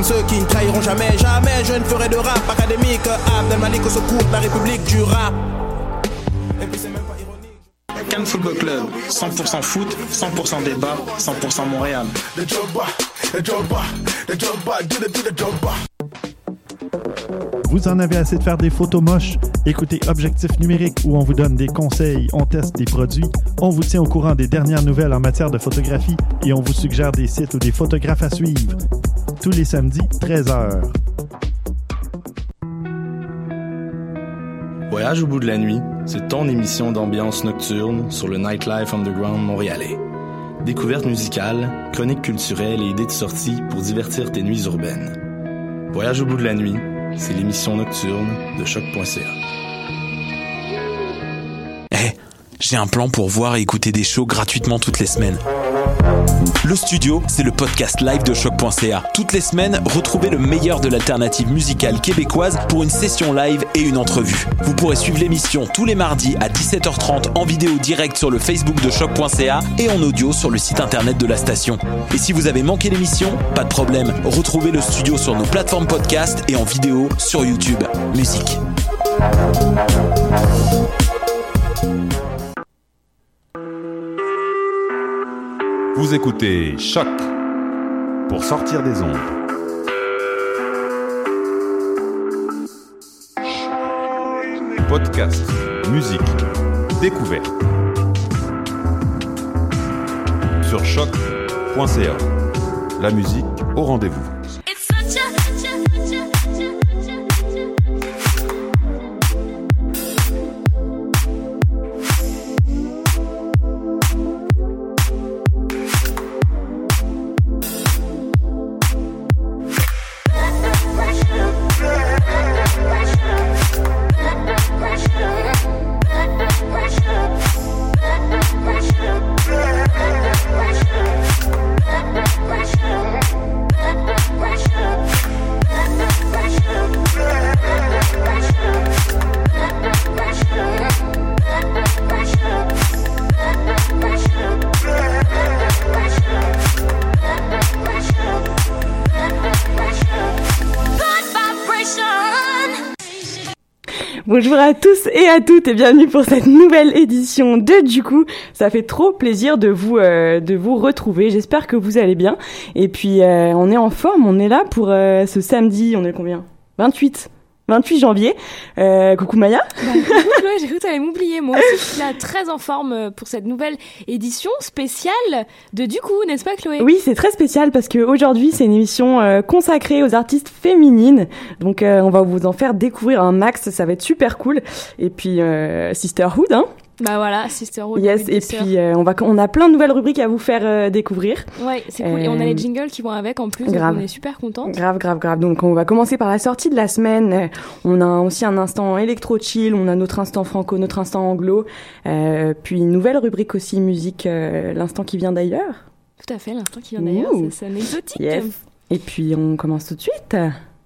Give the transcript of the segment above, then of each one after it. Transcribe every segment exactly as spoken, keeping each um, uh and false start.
ceux qui ne trahiront jamais, jamais je ne ferai de rap académique. Abdel Malik au secours de la République du rap. Et puis c'est même pas ironique. Cannes Football Club, cent pour cent foot, cent pour cent débat, cent pour cent Montréal. Vous en avez assez de faire des photos moches? Écoutez Objectif Numérique où on vous donne des conseils, on teste des produits, on vous tient au courant des dernières nouvelles en matière de photographie et on vous suggère des sites ou des photographes à suivre. Tous les samedis, treize heures. Voyage au bout de la nuit, c'est ton émission d'ambiance nocturne sur le Nightlife Underground montréalais. Découvertes musicales, chroniques culturelles et idées de sortie pour divertir tes nuits urbaines. Voyage au bout de la nuit, c'est l'émission nocturne de choc point c a. Eh, hey, j'ai un plan pour voir et écouter des shows gratuitement toutes les semaines. Le Studio, c'est le podcast live de choc point c a. Toutes les semaines, retrouvez le meilleur de l'alternative musicale québécoise pour une session live et une entrevue. Vous pourrez suivre l'émission tous les mardis à dix-sept heures trente en vidéo directe sur le Facebook de choc point c a et en audio sur le site internet de la station. Et si vous avez manqué l'émission, pas de problème, retrouvez le Studio sur nos plateformes podcast et en vidéo sur YouTube. Musique. Vous écoutez Choc pour sortir des ondes. Podcast, musique, découverte. Sur choc point c a. La musique au rendez-vous. Bonjour à tous et à toutes et bienvenue pour cette nouvelle édition de Du coup. Ça fait trop plaisir de vous euh, de vous retrouver. J'espère que vous allez bien. Et puis euh, on est en forme, on est là pour euh, ce samedi. On est combien ? vingt-huit vingt-huit janvier. Euh, coucou Maya. Bah, coucou Chloé, j'ai cru que t'allais m'oublier. Moi aussi, je suis là très en forme pour cette nouvelle édition spéciale de Du coup, n'est-ce pas Chloé ? Oui, c'est très spécial parce qu'aujourd'hui, c'est une émission euh, consacrée aux artistes féminines. Donc, euh, on va vous en faire découvrir un max. Ça va être super cool. Et puis, euh, Sisterhood, hein. Bah voilà, Sisterhood. Yes, et puis euh, on va, on a plein de nouvelles rubriques à vous faire euh, découvrir. Ouais, c'est cool. Euh, et on a les jingles qui vont avec en plus, grave. Donc on est super contents. Grave, grave, grave. Donc on va commencer par la sortie de la semaine. On a aussi un instant électro-chill, on a notre instant franco, notre instant anglo. Euh, puis une nouvelle rubrique aussi musique, euh, l'instant qui vient d'ailleurs. Tout à fait, l'instant qui vient d'ailleurs, c'est, c'est un exotique. Yes. Et puis on commence tout de suite.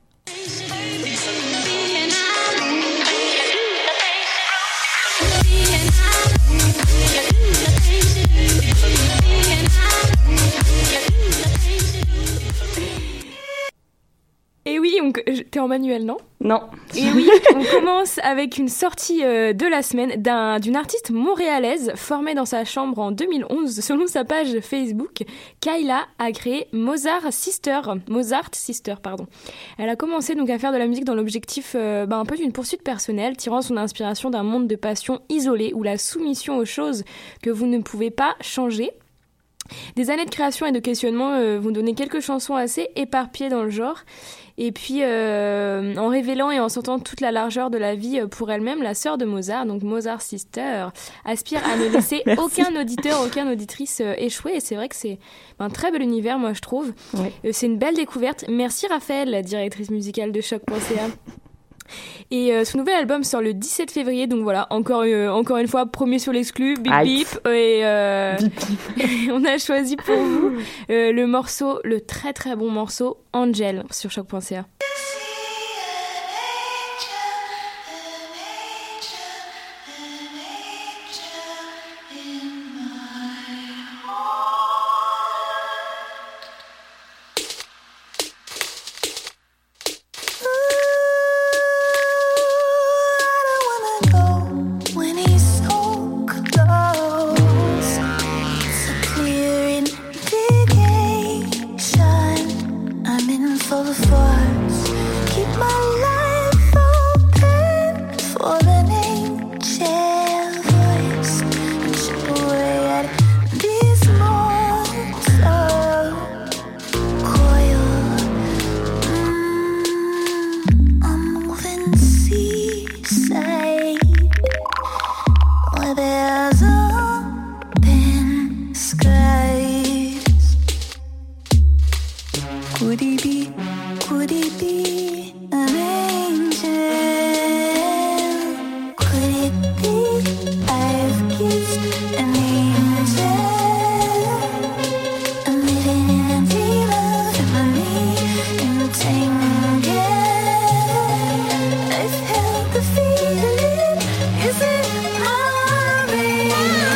Et oui, on... t'es en manuel, non ? Non. Et oui, on commence avec une sortie euh, de la semaine d'un, d'une artiste montréalaise formée dans sa chambre en deux mille onze. Selon sa page Facebook, Kyla a créé Mozart Sister. Mozart Sister, pardon. Elle a commencé donc à faire de la musique dans l'objectif euh, bah, un peu d'une poursuite personnelle, tirant son inspiration d'un monde de passion isolé où la soumission aux choses que vous ne pouvez pas changer. Des années de création et de questionnement euh, vont donner quelques chansons assez éparpillées dans le genre. Et puis, euh, en révélant et en sentant toute la largeur de la vie pour elle-même, la sœur de Mozart, donc Mozart Sister, aspire à ne laisser aucun auditeur, aucune auditrice euh, échouer. Et c'est vrai que c'est un très bel univers, moi, je trouve. Ouais. Euh, c'est une belle découverte. Merci Raphaël, la directrice musicale de choc point c a. Et euh, son nouvel album sort le dix-sept février, donc voilà, encore, euh, encore une fois, premier sur l'exclu, bip bip, et euh, on a choisi pour vous euh, le morceau, le très très bon morceau Angel sur choc point c a. be, could it be an angel? Could it be I've kissed an angel? I'm living in a dream of family entangled. I've held the feeling, is it my real?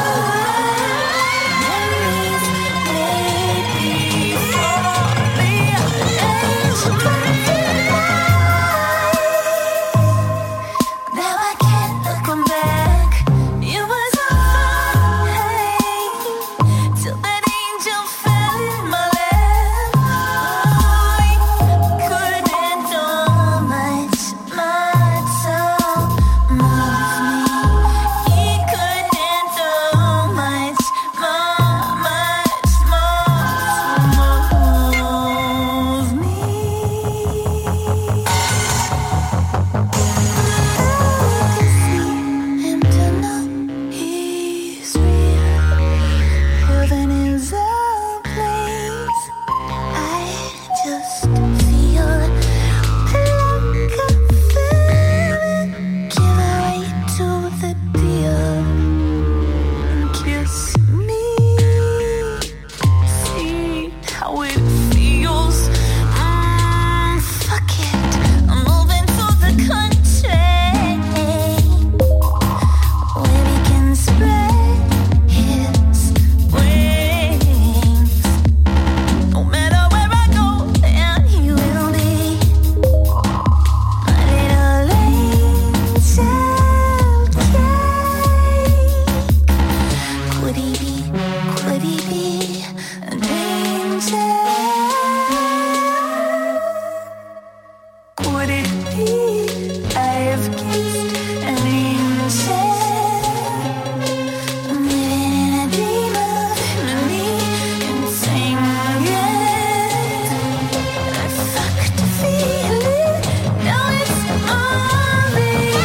Memories maybe for me, angel perfect. Now I can't look back. It was all fine till that angel fell in my lap. I couldn't know much, much so move me. He couldn't know much, more, much more to move me. Him to know he's real. Heaven is a place I just feel like a feeling. Give way to the deal and kiss me. See how it feels. Mm, fuck it. I'm moving to the country where we can spread his wings. No matter where I go, there he will be. My little angel cake. Could he be, could he be an angel? Could it be I've kissed an angel? I'm living in a dream of family entangled. I fucked the feeling, now it's all real.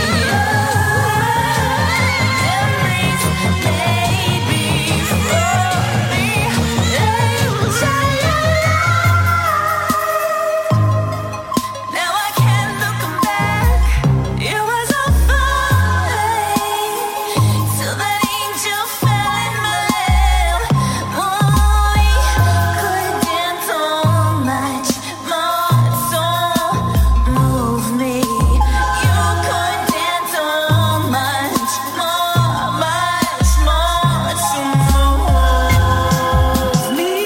Memories maybe for me, angel. Now I can't look back. It was all fine till that angel fell in my lap. Oh, he couldn't do much more to move me. You couldn't do much more, much more to move me.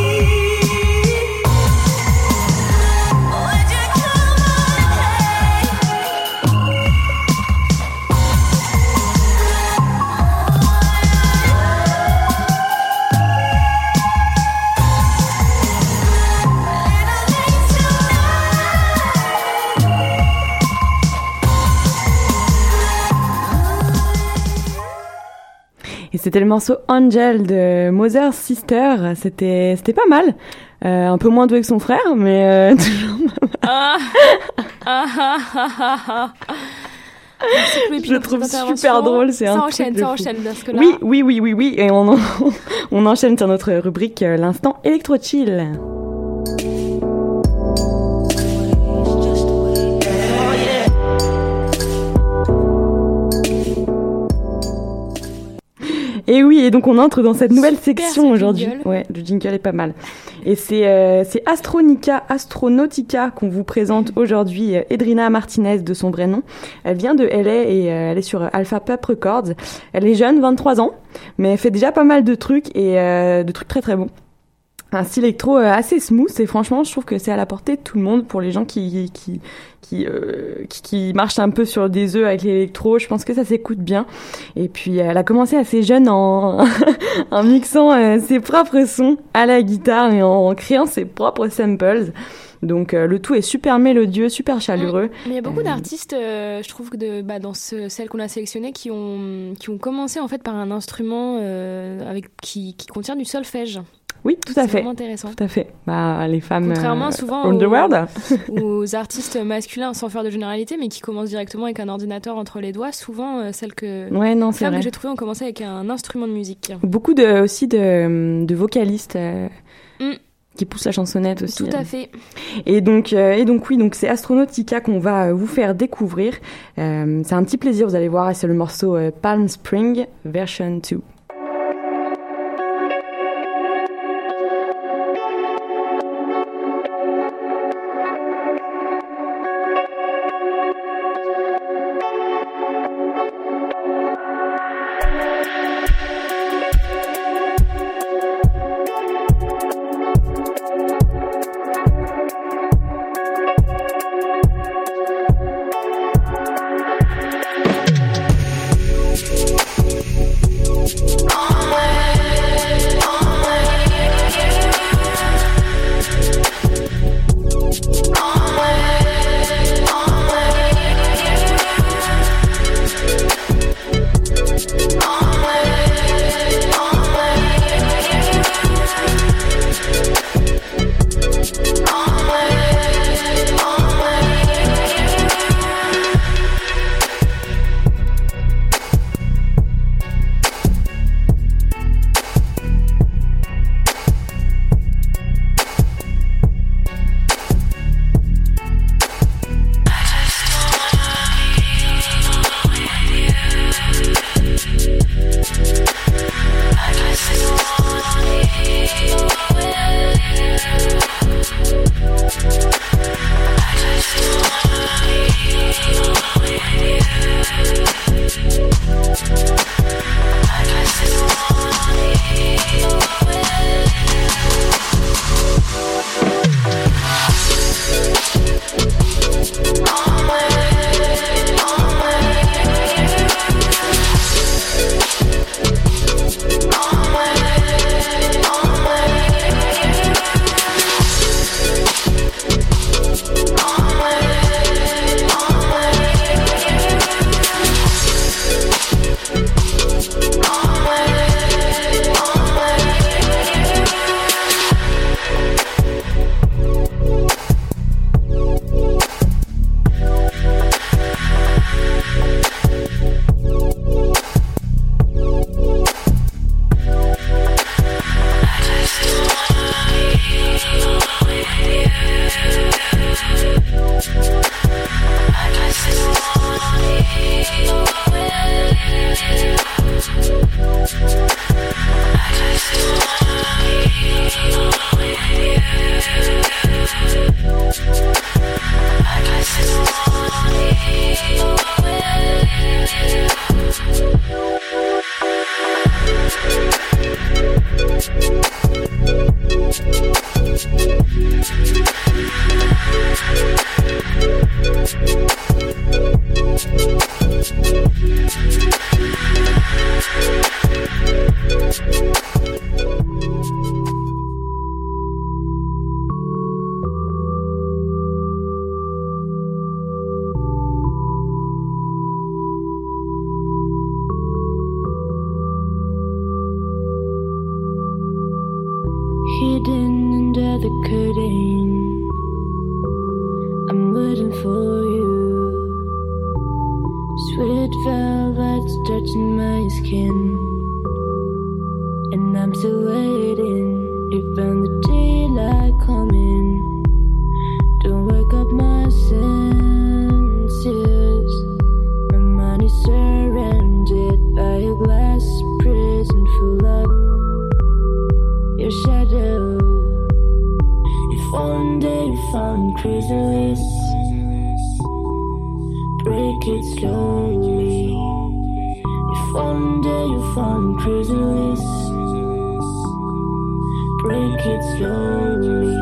Would you come on, hey? Et c'était le morceau Angel de Mother Sister. C'était, c'était pas mal. Euh, un peu moins doué que son frère, mais euh, toujours Ah ah ah ah ah ah. Merci Chloé je Pinot le pour trouve cette intervention. super drôle. C'est un Ça truc enchaîne, de ça fou. enchaîne parce que là. Oui, oui, oui, oui, oui. Et on, en- on enchaîne sur notre rubrique euh, l'instant électro chill. Et oui, et donc on entre dans cette nouvelle Super, section ce aujourd'hui. jingle. Ouais, le jingle est pas mal. Et c'est euh, c'est Astronica, Astronautica qu'on vous présente aujourd'hui. euh, Edrina Martinez de son vrai nom. Elle vient de L A et euh, elle est sur Alpha Pup Records. Elle est jeune, vingt-trois ans, mais elle fait déjà pas mal de trucs et euh, de trucs très très bons. Un style électro euh, assez smooth et franchement je trouve que c'est à la portée de tout le monde pour les gens qui qui qui, euh, qui qui marchent un peu sur des œufs avec l'électro. Je pense que ça s'écoute bien. Et puis elle a commencé assez jeune en en mixant euh, ses propres sons à la guitare et en créant ses propres samples. Donc euh, le tout est super mélodieux, super chaleureux. Mais il y a beaucoup Euh, d'artistes, euh, je trouve que de, bah, dans ce, celles qu'on a sélectionnées, qui ont qui ont commencé en fait par un instrument euh, avec qui qui contient du solfège. Oui, tout à C'est fait. vraiment intéressant. Tout à fait. Bah, les femmes. Contrairement euh, souvent Underworld. aux, aux artistes masculins, sans faire de généralité, mais qui commencent directement avec un ordinateur entre les doigts. Souvent, euh, celles que, Ouais, non, c'est femmes vrai. que j'ai trouvées ont commencé avec un instrument de musique. Beaucoup de, aussi de, de vocalistes euh, Mm. qui pousse la chansonnette aussi. Tout à fait. Et donc, euh, et donc oui, donc c'est Astronautica qu'on va vous faire découvrir. Euh, c'est un petit plaisir, vous allez voir, et c'est le morceau euh, Palm Spring version deux. Hidden under the curtain, I'm waiting for you. Sweet velvet's touching my skin, and I'm still waiting. Even the daylight coming, don't wake up my senses. My mind is surrounded by a glass prison full of your shadow. If one day you found chrysalis, break it slowly. If one day you found chrysalis, break it slowly.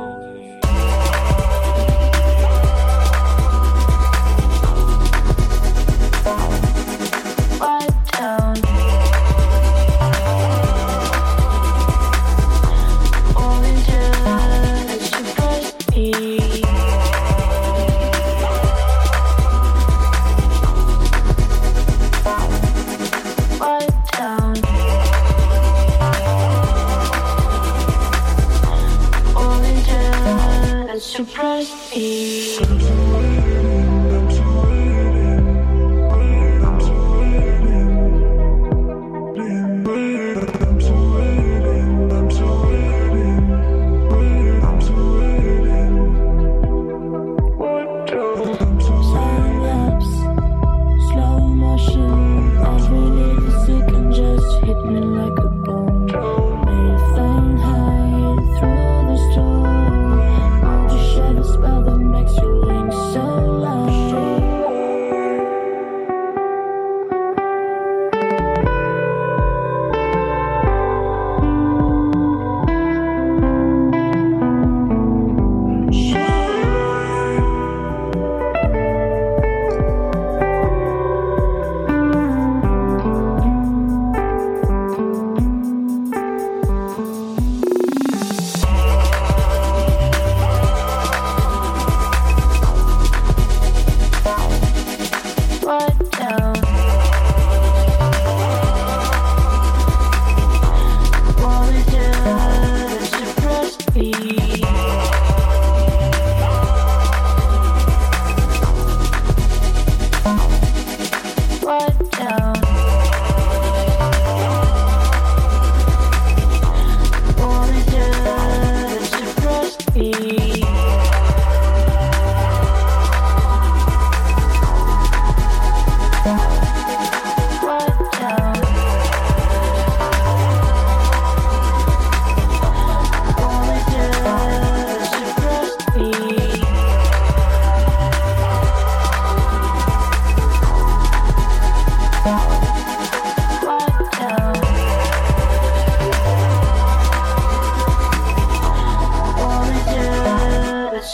Surprise me.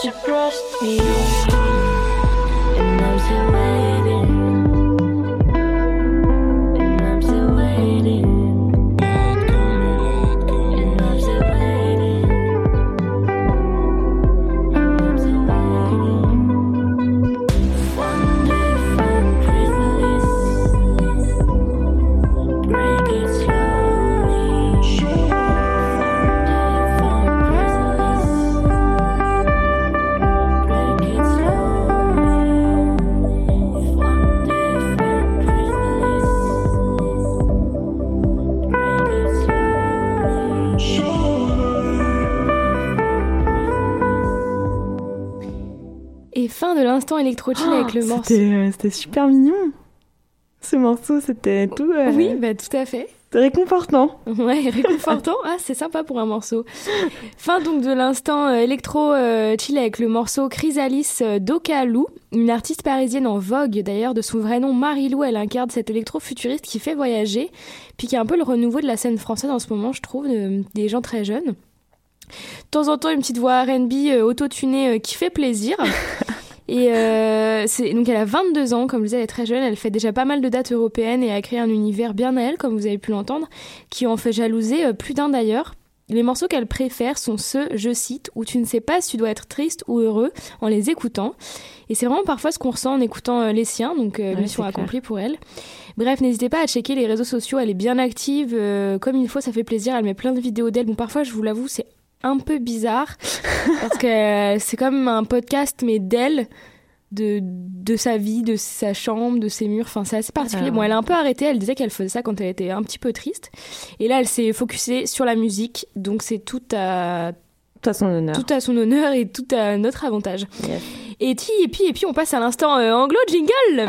suppressed me. And I'm still waiting. And I'm still waiting. And I'm still waiting. And I'm still waiting. One day from chrysalis, break it slowly. One day from chrysalis, break it slowly. One day from chrysalis, Et fin de l'instant électro-chill Oh, avec le morceau. C'était, euh, c'était super mignon. Ce morceau, c'était tout. euh, Oui, bah tout à fait. C'était réconfortant. Ouais, réconfortant. Ah, c'est sympa pour un morceau. Fin donc de l'instant euh, électro-chill avec le morceau Chrysalis euh, d'Okalou, une artiste parisienne en vogue d'ailleurs, de son vrai nom Marie-Lou. Elle incarne cet électro-futuriste qui fait voyager, puis qui est un peu le renouveau de la scène française en ce moment, je trouve, de- des gens très jeunes. De temps en temps, une petite voix R and B euh, auto-tunée euh, qui fait plaisir. Et euh, c'est, donc elle a vingt-deux ans, comme je disais, elle est très jeune, elle fait déjà pas mal de dates européennes et a créé un univers bien à elle, comme vous avez pu l'entendre, qui en fait jalouser euh, plus d'un d'ailleurs. Les morceaux qu'elle préfère sont ceux, je cite, où tu ne sais pas si tu dois être triste ou heureux en les écoutant. Et c'est vraiment parfois ce qu'on ressent en écoutant euh, les siens, donc euh, Ouais, mission c'est accomplie pour elle. Bref, n'hésitez pas à checker les réseaux sociaux, elle est bien active, euh, comme il faut, ça fait plaisir, elle met plein de vidéos d'elle. Bon, parfois, je vous l'avoue, c'est un peu bizarre, parce que euh, c'est comme un podcast, mais d'elle, de, de sa vie, de sa chambre, de ses murs, enfin c'est assez particulier. Ah. Bon, elle a un peu arrêté, elle disait qu'elle faisait ça quand elle était un petit peu triste, et là elle s'est focusée sur la musique, donc c'est tout à, Tout à son honneur. tout à son honneur et tout à notre avantage. Yes. Et puis, et puis, et puis on passe à l'instant euh, anglo jingle.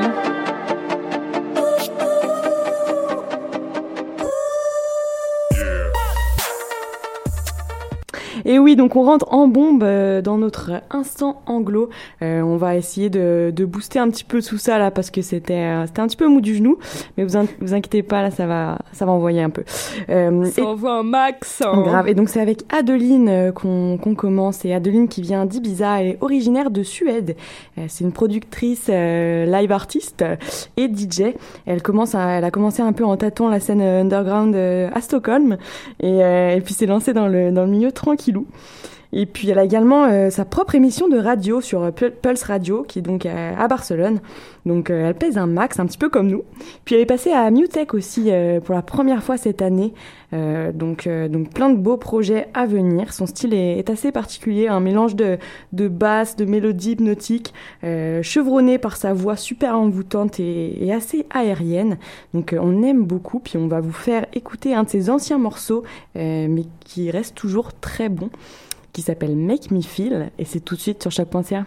Et oui, donc on rentre en bombe euh, dans notre instant anglo. Euh, on va essayer de, de booster un petit peu tout ça là parce que c'était euh, c'était un petit peu mou du genou, mais vous in- vous inquiétez pas, là ça va ça va envoyer un peu. Euh, Ça envoie un max. hein. Grave. Et donc c'est avec Adeline euh, qu'on qu'on commence. Et Adeline qui vient d'Ibiza, elle est originaire de Suède. Euh, c'est une productrice, euh, live artiste euh, et D J. Elle commence, à, elle a commencé un peu en tâtant la scène euh, underground euh, à Stockholm et, euh, et puis s'est lancée dans le dans le milieu tranquillou. Et puis elle a également euh, sa propre émission de radio sur euh, Pul- Pulse Radio, qui est donc euh, à Barcelone. Donc euh, elle pèse un max, un petit peu comme nous. Puis elle est passée à Mutech aussi euh, pour la première fois cette année. Euh, donc euh, donc plein de beaux projets à venir. Son style est, est assez particulier, un mélange de de basse, de mélodie hypnotique, euh, chevronné par sa voix super envoûtante et, et assez aérienne. Donc euh, on aime beaucoup. Puis on va vous faire écouter un de ses anciens morceaux, euh, mais qui reste toujours très bon, qui s'appelle Make Me Feel, et c'est tout de suite sur choc point c a.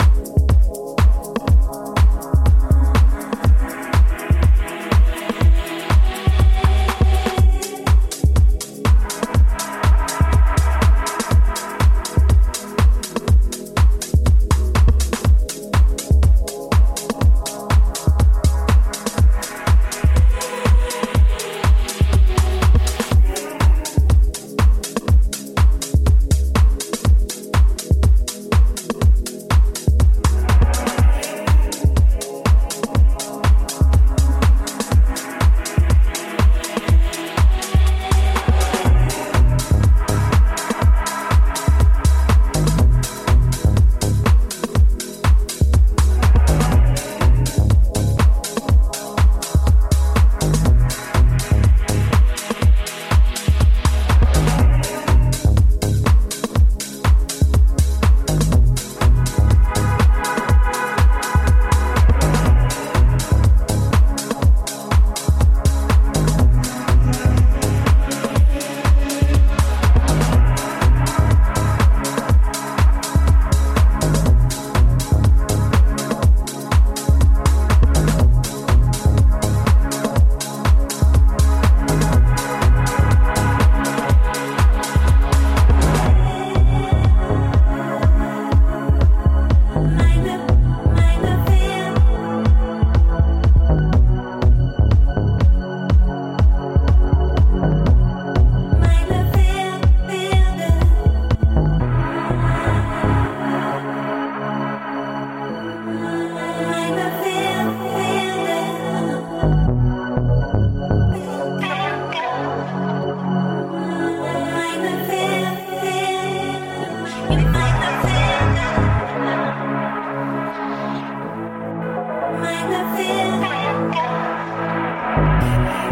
Make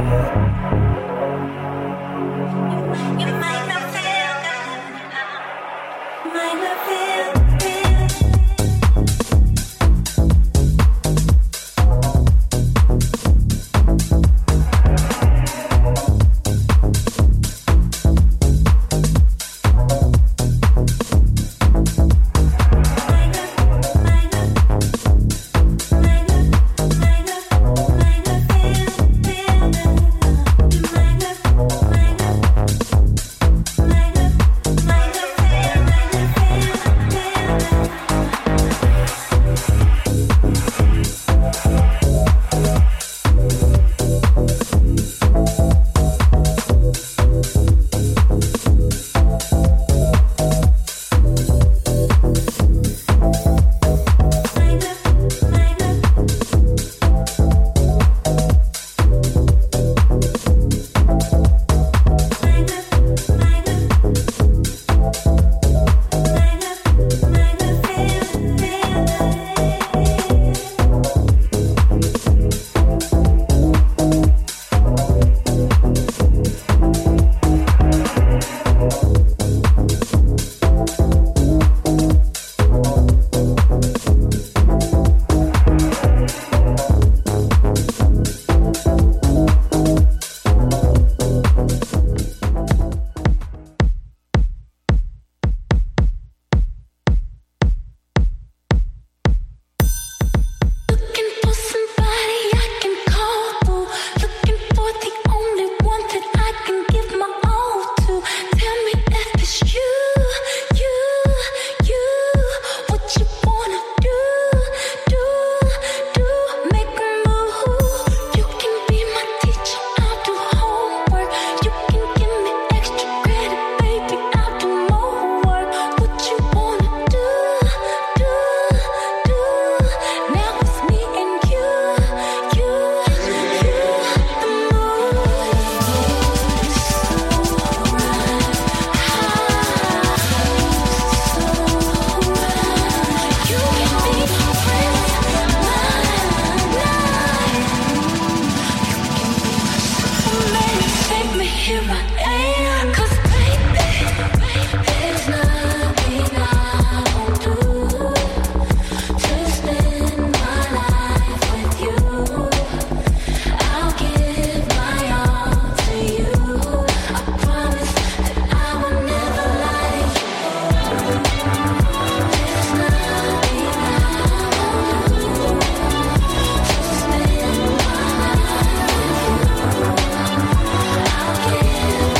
I'll give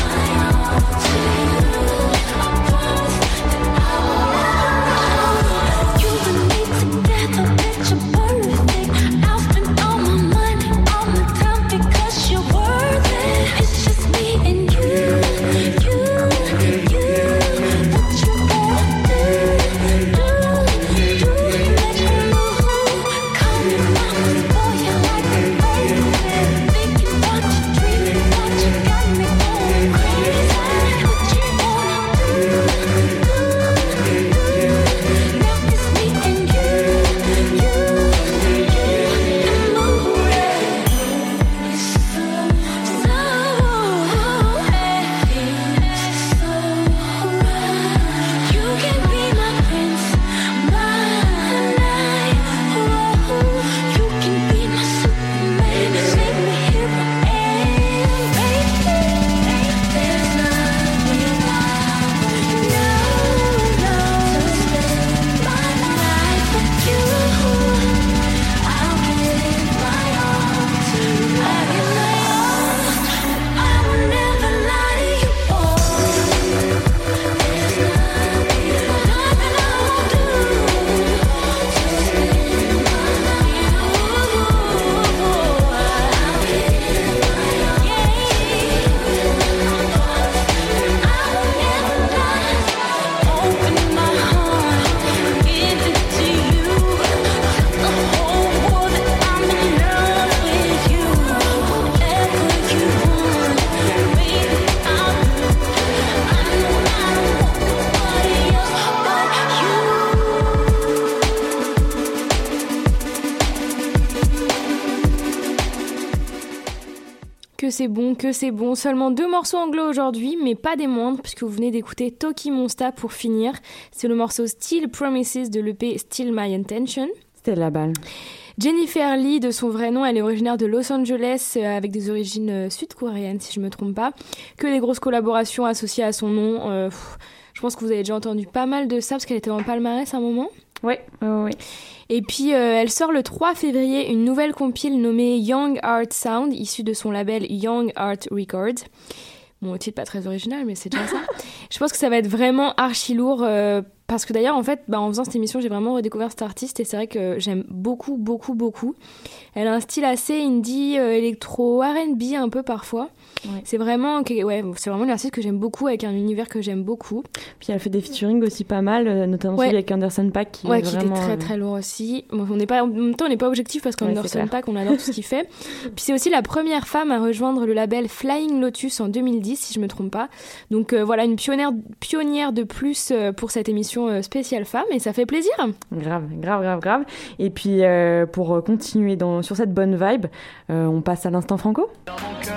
que c'est bon, que c'est bon. Seulement deux morceaux anglo aujourd'hui, mais pas des moindres, puisque vous venez d'écouter Toki Monsta pour finir. C'est le morceau Still Promises de l'E P Still My Intention. C'était la balle. Jennifer Lee, de son vrai nom, elle est originaire de Los Angeles, euh, avec des origines euh, sud-coréennes, si je me trompe pas. Que des grosses collaborations associées à son nom. Euh, pff, je pense que vous avez déjà entendu pas mal de ça, parce qu'elle était dans le palmarès à un moment. Oui, oui, oui. Et puis, euh, elle sort le trois février une nouvelle compile nommée Young Art Sound, issue de son label Young Art Records. Bon, titre pas très original, mais c'est déjà ça. Je pense que ça va être vraiment archi lourd, euh, parce que d'ailleurs, en fait, bah, en faisant cette émission, j'ai vraiment redécouvert cette artiste, et c'est vrai que j'aime beaucoup, beaucoup, beaucoup. Elle a un style assez indie, euh, électro, R and B un peu parfois. Ouais. C'est vraiment, ouais, c'est vraiment une artiste que j'aime beaucoup, avec un univers que j'aime beaucoup. Puis elle fait des featuring aussi pas mal, notamment ouais. celui avec Anderson .Paak qui ouais, est qui vraiment... était très très lourd aussi. Bon, on n'est pas, en même temps, on n'est pas objectif parce qu'Anderson ouais, .Paak, on adore tout ce qu'il fait. Puis c'est aussi la première femme à rejoindre le label Flying Lotus en deux mille dix, si je me trompe pas. Donc euh, voilà, une pionnière, pionnière de plus euh, pour cette émission euh, spéciale femme, et ça fait plaisir. Grave, grave, grave, grave. Et puis euh, pour continuer dans, sur cette bonne vibe, euh, on passe à l'instant franco. Dans mon cœur.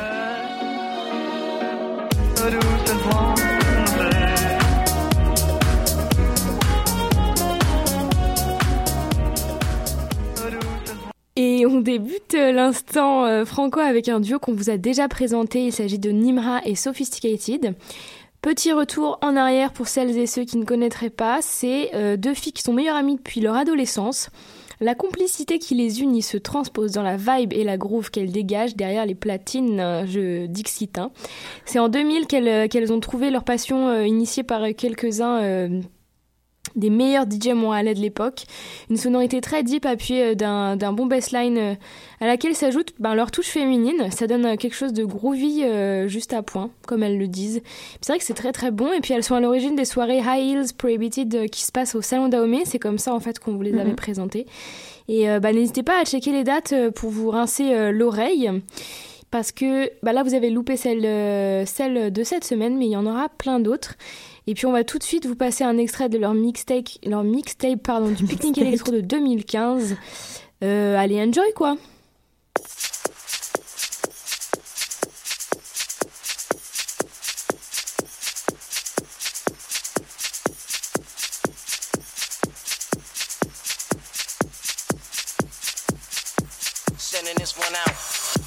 Et on débute l'instant euh, franco avec un duo qu'on vous a déjà présenté. Il s'agit de Nimra et Sophisticated. Petit retour en arrière pour celles et ceux qui ne connaîtraient pas. C'est euh, deux filles qui sont meilleures amies depuis leur adolescence. La complicité qui les unit se transpose dans la vibe et la groove qu'elles dégagent derrière les platines euh, jeux Dixit. Hein. C'est en deux mille qu'elles, qu'elles ont trouvé leur passion euh, initiée par quelques-uns euh, des meilleurs D J montréalais de l'époque. Une sonorité très deep appuyée d'un, d'un bon bassline euh, à laquelle s'ajoute ben, leur touche féminine. Ça donne euh, quelque chose de groovy euh, juste à point, comme elles le disent. Puis c'est vrai que c'est très très bon. Et puis elles sont à l'origine des soirées High Heels Prohibited euh, qui se passent au Salon Dahomey. C'est comme ça en fait qu'on vous les avait mm-hmm. présentées. Et euh, bah, n'hésitez pas à checker les dates euh, pour vous rincer euh, l'oreille. Parce que bah, là vous avez loupé celle, euh, celle de cette semaine, mais il y en aura plein d'autres. Et puis on va tout de suite vous passer un extrait de leur mixtape, leur mixtape pardon, du Picnic Electro de deux mille quinze. Euh, allez, enjoy quoi. Sending this one out.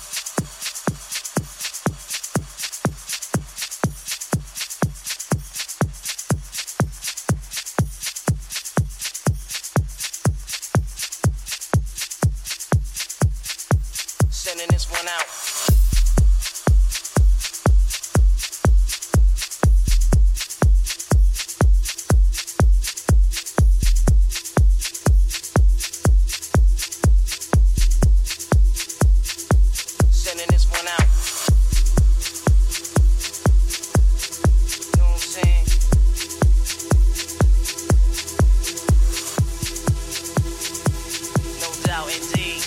Sending this one out. Sending this one out. You know what I'm saying? No doubt, indeed.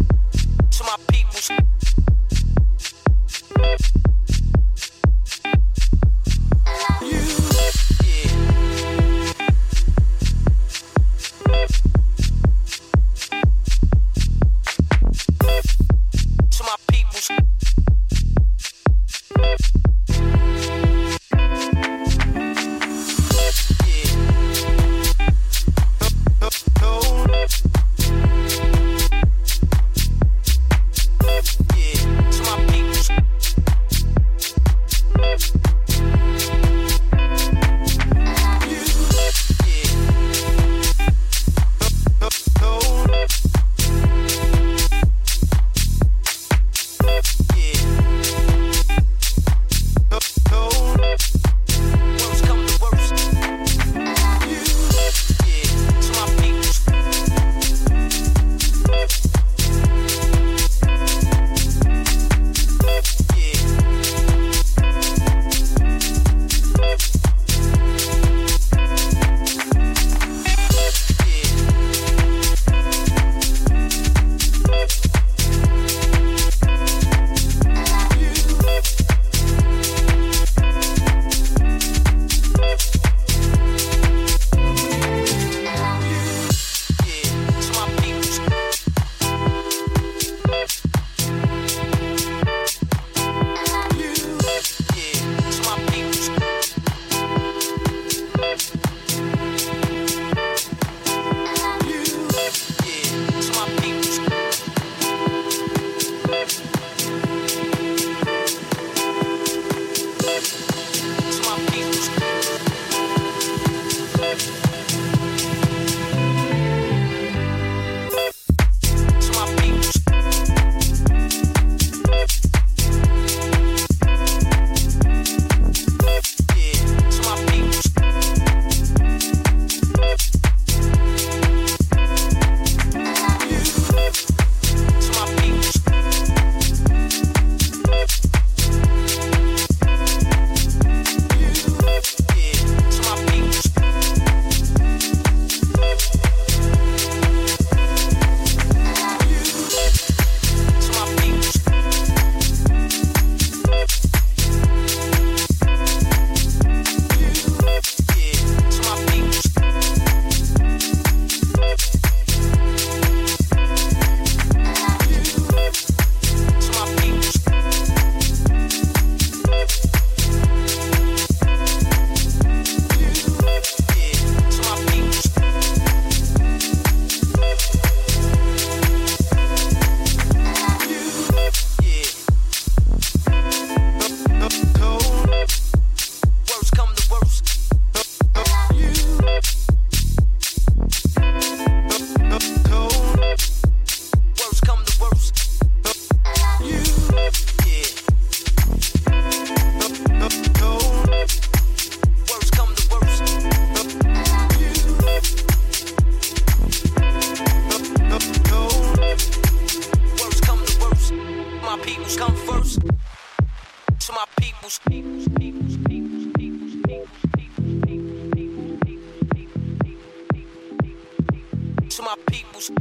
To my people. To my peoples.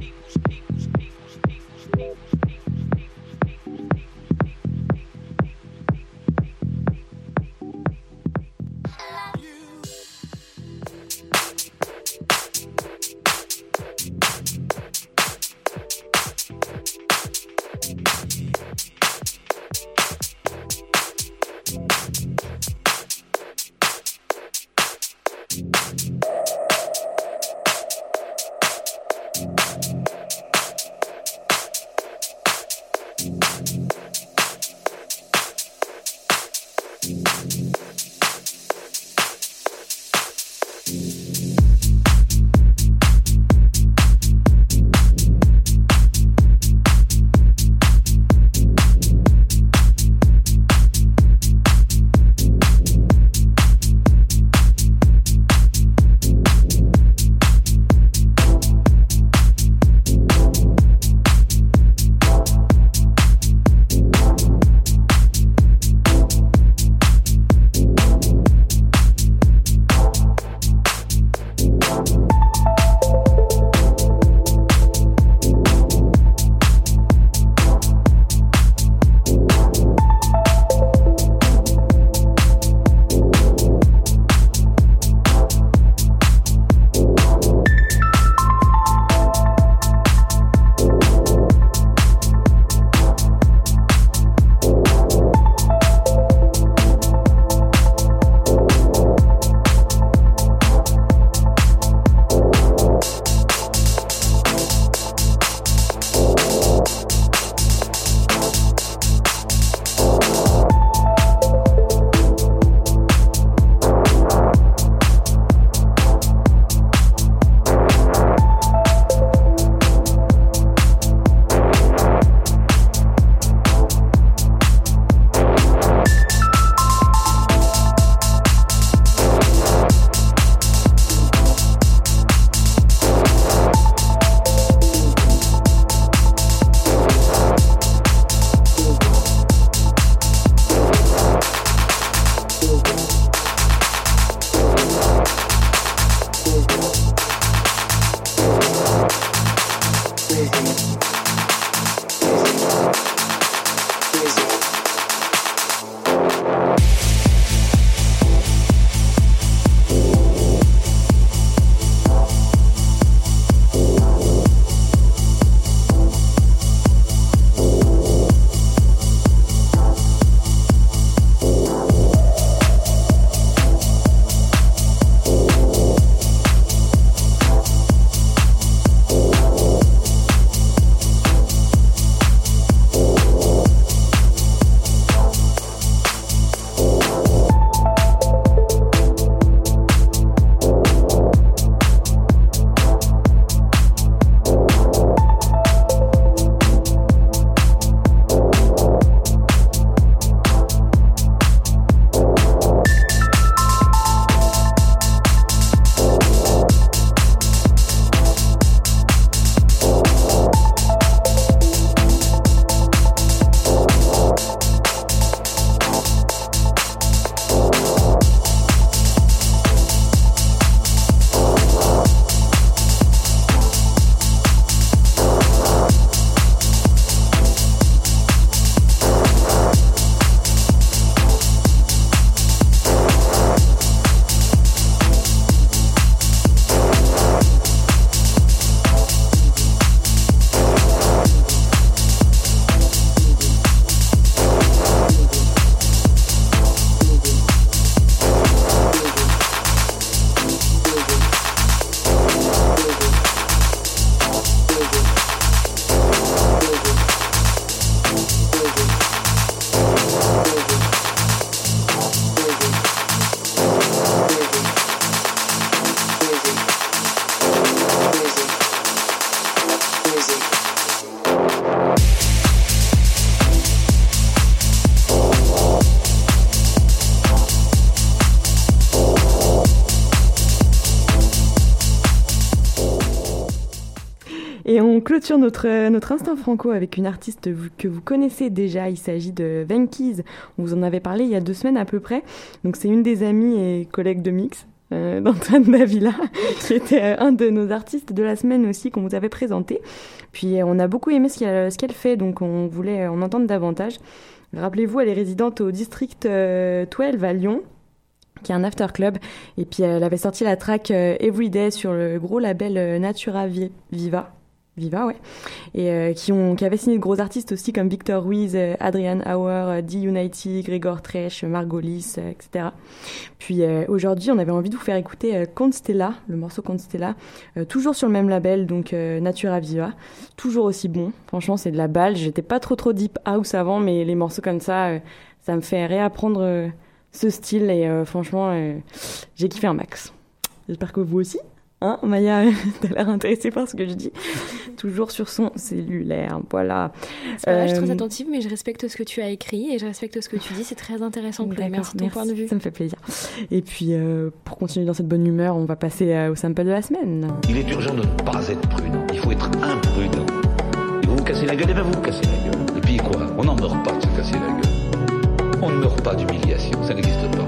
Et on clôture notre, notre instant franco avec une artiste que vous connaissez déjà. Il s'agit de Venkies. On vous en avait parlé il y a deux semaines à peu près. Donc c'est une des amies et collègues de mix euh, d'Antoine Davila, qui était euh, un de nos artistes de la semaine aussi qu'on vous avait présenté. Puis euh, on a beaucoup aimé ce qu'elle, ce qu'elle fait, donc on voulait en entendre davantage. Rappelez-vous, elle est résidente au District euh, douze à Lyon, qui est un after club, et puis elle avait sorti la track euh, Everyday sur le gros label euh, Natura Vi- Viva. Viva, ouais. Et euh, qui, ont, qui avaient signé de gros artistes aussi comme Victor Ruiz, euh, Adrian Auer, euh, D-Unity, Gregor Tresch, Margolis, euh, et cetera. Puis euh, aujourd'hui, on avait envie de vous faire écouter euh, Constella, le morceau Constella, euh, toujours sur le même label, donc euh, Natura Viva, toujours aussi bon. Franchement, c'est de la balle. J'étais pas trop trop deep house avant, mais les morceaux comme ça, euh, ça me fait réapprendre euh, ce style et euh, franchement, euh, j'ai kiffé un max. J'espère que vous aussi. Hein, Maya, t'as l'air intéressée par ce que je dis. Toujours sur son cellulaire, voilà. C'est pas vrai, je suis très Euh, attentive, mais je respecte ce que tu as écrit et je respecte ce que tu dis. C'est très intéressant, Chloé. D'accord, Merci de ton point de vue. Ça me fait plaisir. Et puis, euh, pour continuer dans cette bonne humeur, on va passer euh, au sample de la semaine. Il est urgent de ne pas être prudent. Il faut être imprudent. Et vous vous cassez la gueule, et bien vous vous cassez la gueule. Et puis quoi? On n'en meurt pas de se casser la gueule. On ne meurt pas d'humiliation, ça n'existe pas.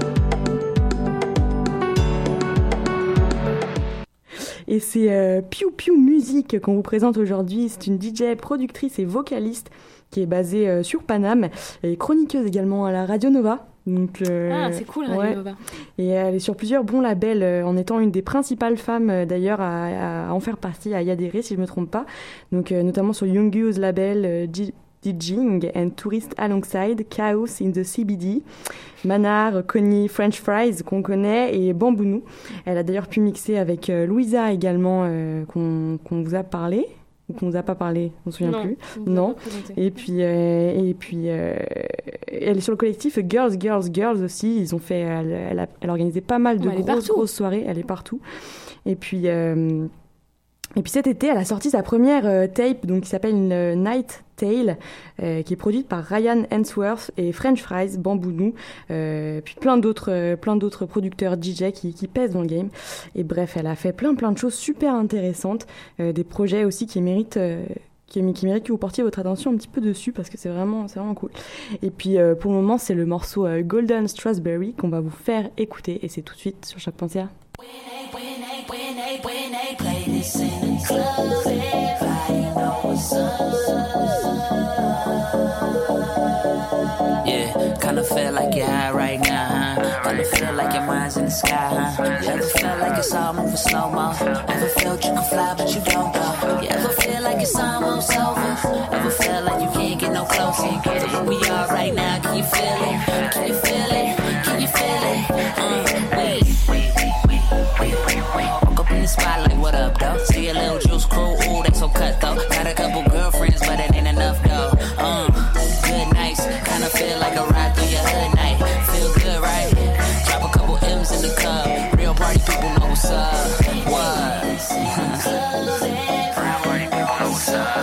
Et c'est euh, Piu Piu Music qu'on vous présente aujourd'hui. C'est une D J, productrice et vocaliste qui est basée euh, sur Paname et chroniqueuse également à la Radio Nova. Donc, euh, Ah, c'est cool, Radio ouais. Nova. Et elle est sur plusieurs bons labels, euh, en étant une des principales femmes euh, d'ailleurs à, à en faire partie, à y adhérer si je ne me trompe pas. Donc euh, notamment sur Young Goose label, euh, G- DJing and Tourist Alongside, Chaos in the C B D, Manar, Connie, French Fries qu'on connaît et Bambounou. Elle a d'ailleurs pu mixer avec euh, Louisa également, euh, qu'on, qu'on vous a parlé. Ou qu'on nous a pas parlé, on se souvient Non, plus. on vous a Non. pas présenté. Et puis, euh, et puis, euh, elle est sur le collectif Girls, Girls, Girls aussi. Ils ont fait, elle, elle a, elle a organisé pas mal de Ouais, elle est grosses, partout. grosses soirées. Elle est partout. Et puis, euh, et puis cet été, elle a sorti sa première euh, tape, donc qui s'appelle euh, Night Tale, euh, qui est produite par Ryan Hensworth et French Fries, Bambounou, euh, puis plein d'autres, euh, plein d'autres producteurs D J qui, qui pèsent dans le game. Et bref, elle a fait plein, plein de choses super intéressantes, euh, des projets aussi qui méritent. Euh, qui, qui mérite que vous portiez votre attention un petit peu dessus parce que c'est vraiment, c'est vraiment cool. Et puis euh, pour le moment, c'est le morceau euh, Golden Strawberry qu'on va vous faire écouter et c'est tout de suite sur choc point c a. Play this in the club, everybody know what's up. Yeah, kinda feel like you're high right now, huh? Kinda feel like your mind's in the sky, huh? You ever feel like it's all moving slow-mo? Ever felt you can fly but you don't go? You ever feel like it's almost over? Ever feel like you can't get no closer? To where we are right now, can you feel it? Can you feel it? Can you feel it? Uh, wait. Woke up in the spotlight, what up, though? See a little juice crew, ooh, they so cut, though. Got a couple girlfriends, but it ain't enough, though. Uh, good nights, kinda feel like a ride through your hood night. Feel good, right? Drop a couple M's in the cup. Real party people know what's up. What? Real party people know what's up.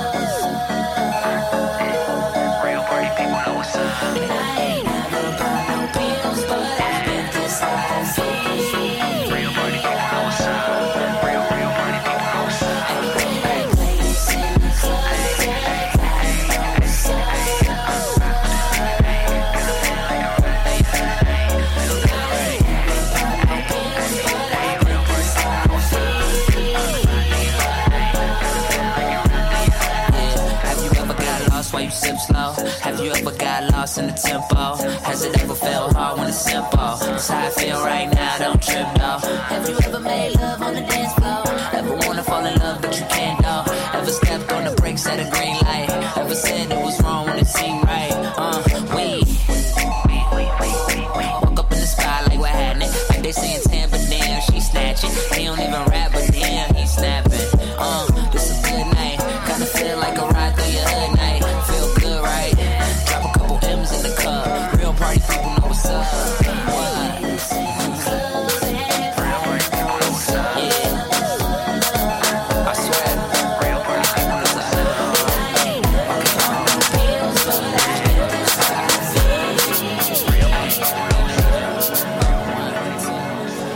Real party people know what's up. I ain't never bought no pills, but I've been through something. Real party people know what's up. Real, real party people know what's up. Play this in the club, everybody know what's up. Have you ever got lost while you sip slow? Have you ever got lost in the tempo? Has it ever felt hard when it's simple? That's how I feel right now, don't trip though. Have you ever made love on the dance floor? Ever wanna fall in love but you can't though? Ever stepped on the brakes at a green light? Ever said it was wrong when it seemed right? Uh, we woke up in the spotlight, what happened? Like they saying ten, but damn, she snatching. He don't even rap, but damn, he snapping. Uh, this a good night, kinda feel like a ride through your hood night. Feel good, right? Drop a couple M's in the cup. Real party people know what's up. What? Real party people know what's up. Yeah. I swear, real party people know what's up. Real party people know what's up.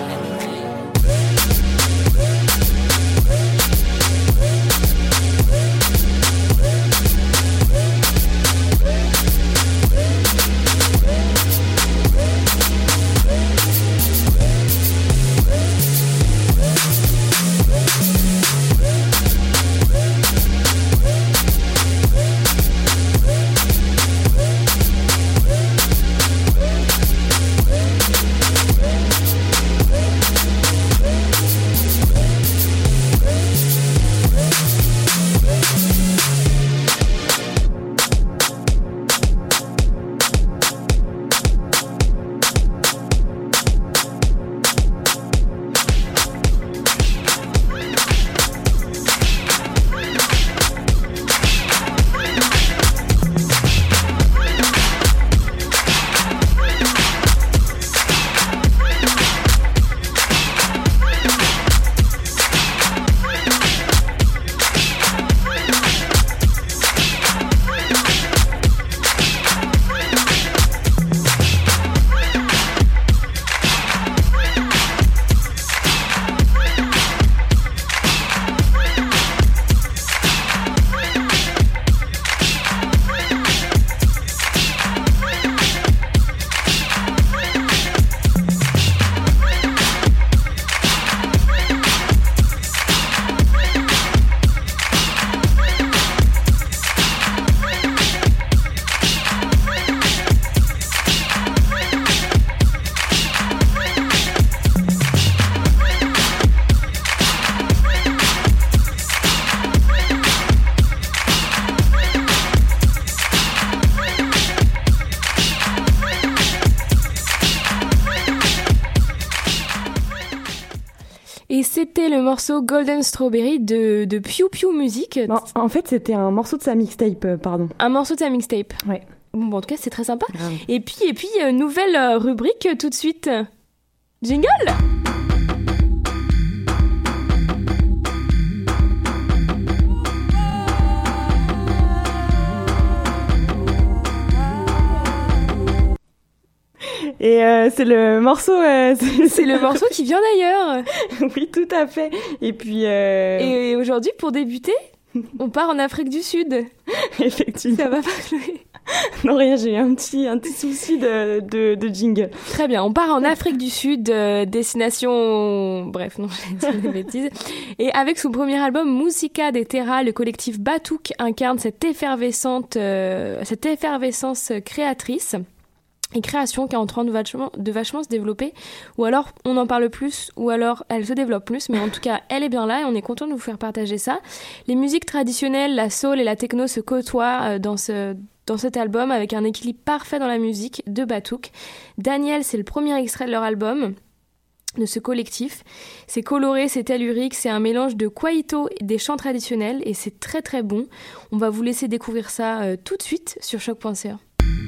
Et c'était le morceau Golden Strawberry de, de Pew Pew Music. Non, en fait, c'était un morceau de sa mixtape, euh, pardon. Un morceau de sa mixtape. Ouais. Bon, bon, en tout cas, c'est très sympa. Grave. Et puis, et puis euh, nouvelle euh, rubrique euh, tout de suite. Jingle. Et euh, c'est le morceau... Euh, c'est, c'est le morceau qui vient d'ailleurs. Oui, tout à fait. Et puis... Euh... Et aujourd'hui, pour débuter, on part en Afrique du Sud. Effectivement. Ça va pas, Chloé? Non, rien, j'ai un petit, un petit souci de, de, de jingle. Très bien, on part en Afrique du Sud, euh, destination... Bref, non, j'ai dit des bêtises. Et avec son premier album, Musica de Terra, le collectif Batouk incarne cette effervescente, euh, cette effervescence créatrice et création qui est en train de vachement, de vachement se développer. Ou alors, on en parle plus, ou alors elle se développe plus, mais en tout cas, elle est bien là et on est content de vous faire partager ça. Les musiques traditionnelles, la soul et la techno se côtoient euh, dans ce... dans cet album avec un équilibre parfait dans la musique de Batouk. Daniel, c'est le premier extrait de leur album, de ce collectif. C'est coloré, c'est tellurique, c'est un mélange de kwaito et des chants traditionnels et c'est très très bon. On va vous laisser découvrir ça euh, tout de suite sur choc point c a.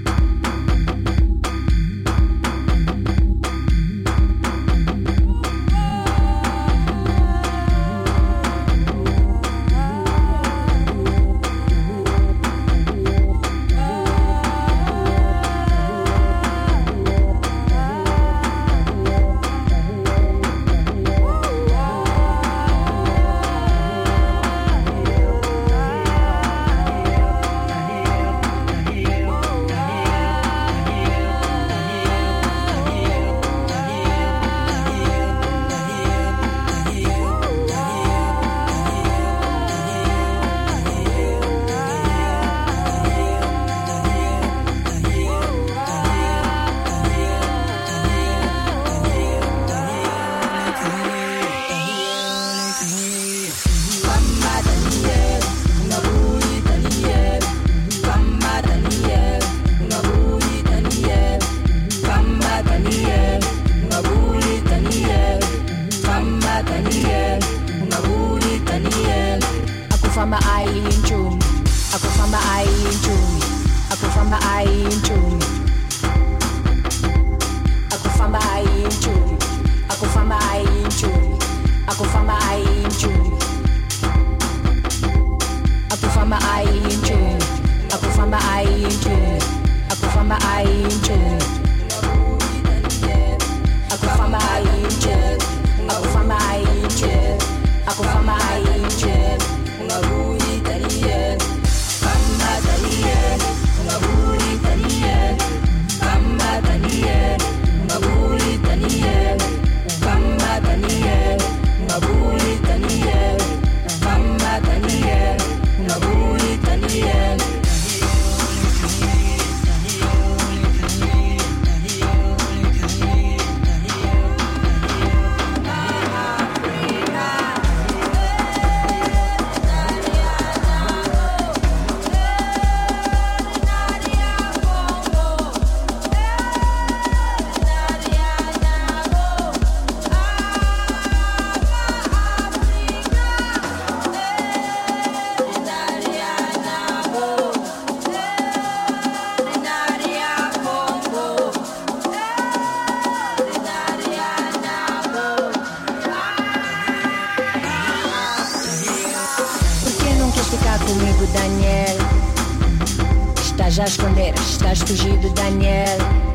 Já esconder, estás fugido, Daniel.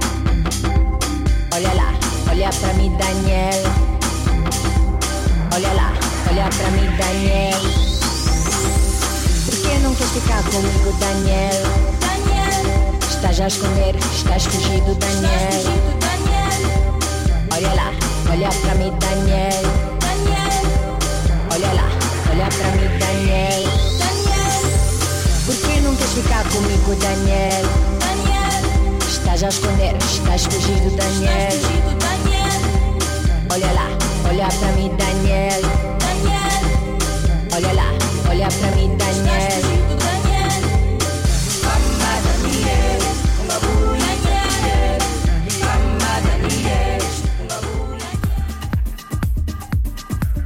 Olha lá, olha pra mim, Daniel. Olha lá, olha pra mim, Daniel. Por que não queres ficar comigo, Daniel? Daniel. Estás a esconder, estás fugido, Daniel. Olha lá, olha pra mim, Daniel. Daniel. Olha lá, olha pra mim, Daniel. Por que não queres ficar comigo, Daniel? Daniel. Estás a esconder, estás fugido, Daniel. Olha lá, olha pra mim, Daniel. Daniel. Olha lá, olha pra mim, Daniel. Mamma Daniel, uma bula Daniel. Mamma Daniel, uma bula.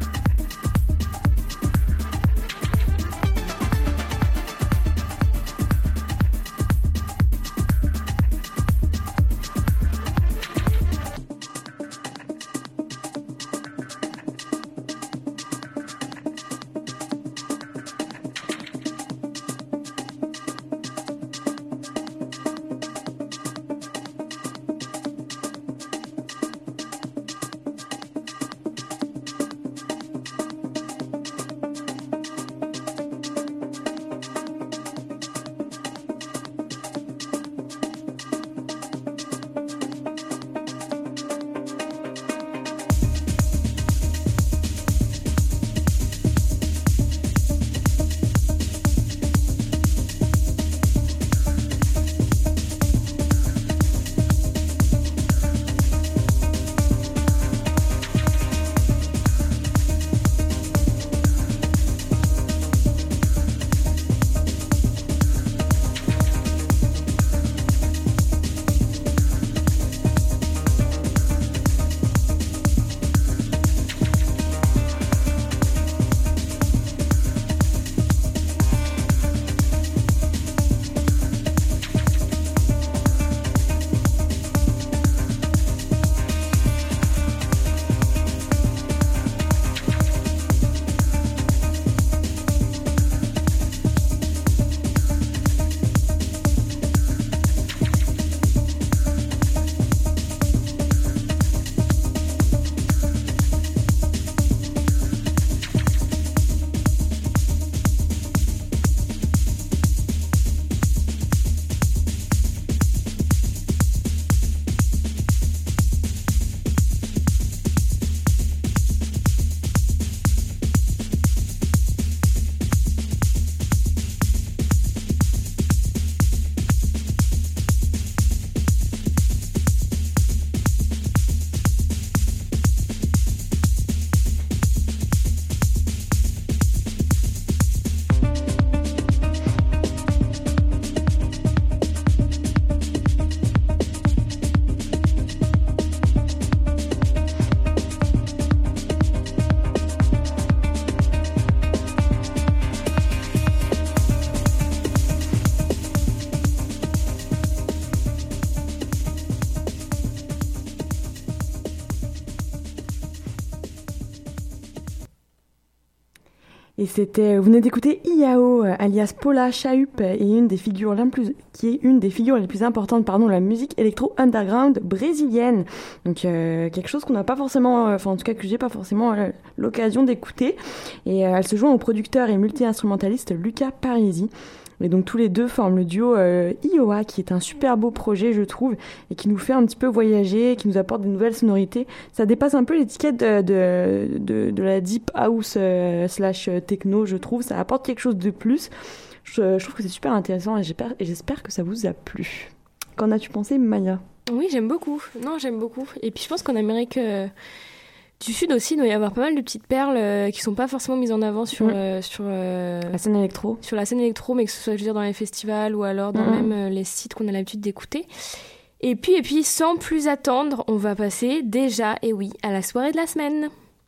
Et c'était, vous venez d'écouter Iao, alias Paula Chahup, et une des figures les plus, qui est une des figures les plus importantes, pardon, de la musique électro underground brésilienne. Donc euh, quelque chose qu'on n'a pas forcément, enfin euh, en tout cas que j'ai pas forcément euh, l'occasion d'écouter. Et euh, elle se joint au producteur et multi-instrumentaliste Luca Parisi. Et donc tous les deux forment le duo euh, Iowa, qui est un super beau projet, je trouve, et qui nous fait un petit peu voyager, qui nous apporte des nouvelles sonorités. Ça dépasse un peu l'étiquette de, de, de, de la deep house euh, slash techno, je trouve. Ça apporte quelque chose de plus. Je, je trouve que c'est super intéressant et j'espère, et j'espère que ça vous a plu. Qu'en as-tu pensé, Maya ? Oui, j'aime beaucoup. Non, j'aime beaucoup. Et puis je pense qu'en Amérique... Euh... Du Sud aussi, il doit y avoir pas mal de petites perles euh, qui sont pas forcément mises en avant sur, mmh. euh, sur euh, la scène électro. Sur la scène électro, mais que ce soit, je veux dire, dans les festivals ou alors dans mmh. même euh, les sites qu'on a l'habitude d'écouter. Et puis, et puis, sans plus attendre, on va passer déjà, et oui, à la soirée de la semaine.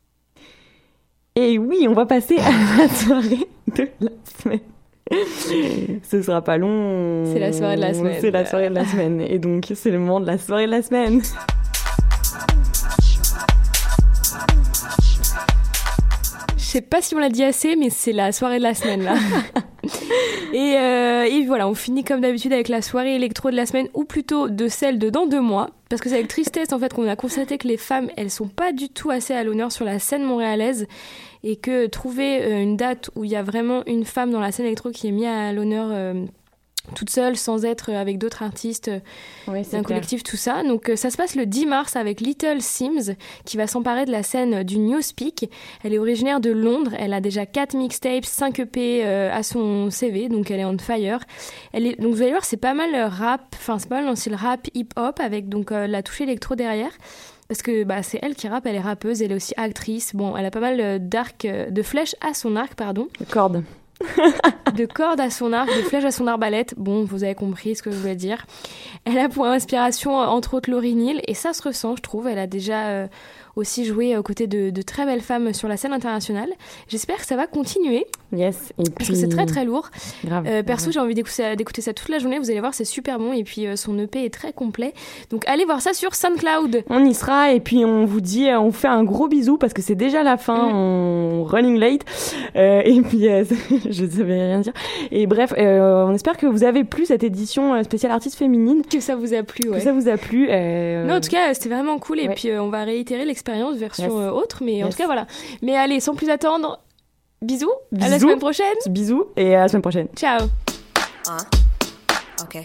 Et oui, on va passer à la soirée de la semaine. Ce sera pas long. C'est la soirée de la semaine. C'est la soirée de la semaine. Et donc, c'est le moment de la soirée de la semaine. Je sais pas si on l'a dit assez, mais c'est la soirée de la semaine, là. et, euh, et voilà, on finit comme d'habitude avec la soirée électro de la semaine, ou plutôt de celle de dans deux mois. Parce que c'est avec tristesse, en fait, qu'on a constaté que les femmes, elles sont pas du tout assez à l'honneur sur la scène montréalaise. Et que trouver euh, une date où il y a vraiment une femme dans la scène électro qui est mise à l'honneur... Euh, toute seule, sans être avec d'autres artistes ouais, d'un collectif, tout ça. Donc ça se passe le dix mars avec Little Sims, qui va s'emparer de la scène du Newspeak. Elle est originaire de Londres, elle a déjà quatre mixtapes, cinq E P euh, à son C V, donc elle est on fire. Elle est, donc vous allez voir, c'est pas mal rap, enfin c'est pas mal dans le style rap, hip-hop, avec donc euh, la touche électro derrière. Parce que bah, c'est elle qui rappe, elle est rappeuse, elle est aussi actrice. Bon, elle a pas mal d'arcs, de flèches à son arc, pardon. De cordes. de cordes à son arc, de flèches à son arbalète. Bon, vous avez compris ce que je voulais dire. Elle a pour inspiration, entre autres, Lauryn Hill, et ça se ressent, je trouve. Elle a déjà euh, aussi joué aux côtés de, de très belles femmes sur la scène internationale. J'espère que ça va continuer. Yes. Et parce puis... que c'est très très lourd. Grave. Euh, perso, grave. j'ai envie d'écouter, d'écouter ça toute la journée. Vous allez voir, c'est super bon. Et puis euh, son E P est très complet. Donc allez voir ça sur SoundCloud. On y sera. Et puis on vous dit, on vous fait un gros bisou parce que c'est déjà la fin. Mmh. On running late. Euh, et puis euh, je ne savais rien dire. Et bref, euh, on espère que vous avez plu cette édition spéciale artiste féminine. Que ça vous a plu, ouais. Que ça vous a plu. Euh... Non, en tout cas, c'était vraiment cool. Et ouais. puis euh, on va réitérer l'expérience version yes. euh, autre. Mais yes. en tout cas, voilà. Mais allez, sans plus attendre. Bisous, Bisous, à la semaine prochaine. Bisous et à la semaine prochaine. Ciao. Uh, okay.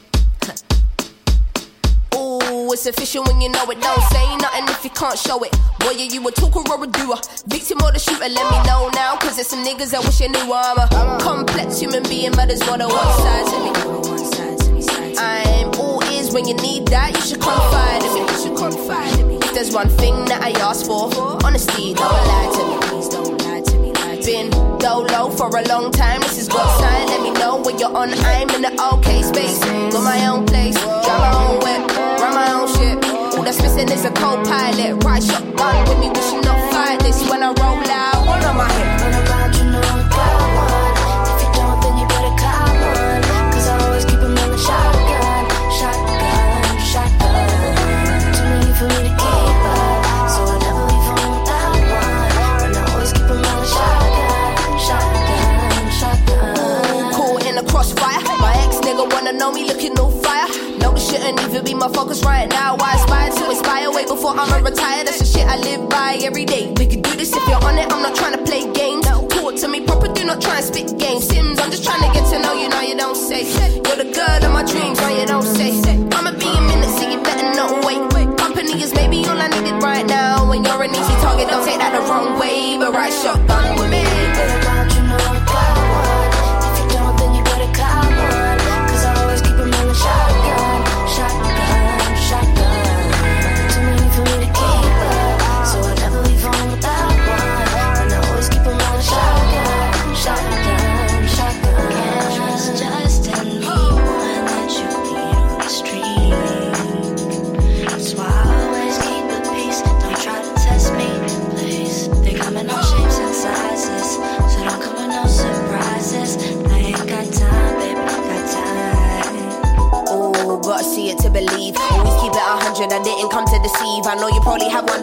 Ooh, it's official when you know it. Don't say nothing if you can't show it. Boy, are you a talker or a doer? Victim or the shooter? Let me know now, cause there's some niggas I wish I knew. I'm a complex human being, but there's more than one side to me. I'm all ears when you need that. You should confide in me. You should confide in me. If there's one thing that I ask for, honesty, don't lie to me. Please don't lie to me. Been dolo for a long time. This is God's sign. Let me know when you're on. I'm in the okay space. Got my own place, drive my own whip, run my own shit. All that's missing is a co-pilot. Right shotgun with me, we should not fight this. When I roll out, one on my hip. Run around, you know I got one. If you don't, then you better call one. Cause I always keep 'em on the shotgun, shotgun, shotgun. Too many for me to keep up, so I never leave home without one. And I always keep 'em on the shotgun, shotgun, shotgun. Caught in the crossfire. My ex nigga wanna know me looking all fire. No, this shouldn't even be my focus right now. I aspire to inspire way before I'ma retire. That's the shit I live by every day. We could do this if you're on it. I'm not trying to play games. Talk to me proper, do not try and spit games. Sims, I'm just trying to get to know you. Now you don't say. You're the girl of my dreams. Now you don't say. I'ma be a minute, so you better not wait. Company is maybe all I needed right now. When you're an easy target, don't take that the wrong way. But right shotgun with me. Shotgun, shotgun, shotgun. Too many for me to keep up, so I never leave home without one. And I always keep 'em on the shotgun, shotgun, shotgun. It's just anyone that you meet on the street. That's why I always keep the peace. Don't try to test me, please. They come in all shapes and sizes, so don't come with no surprises. I ain't got time, baby, got time. Gotta see it to believe. Always keep it a hundred, I didn't come to deceive. I know you probably have one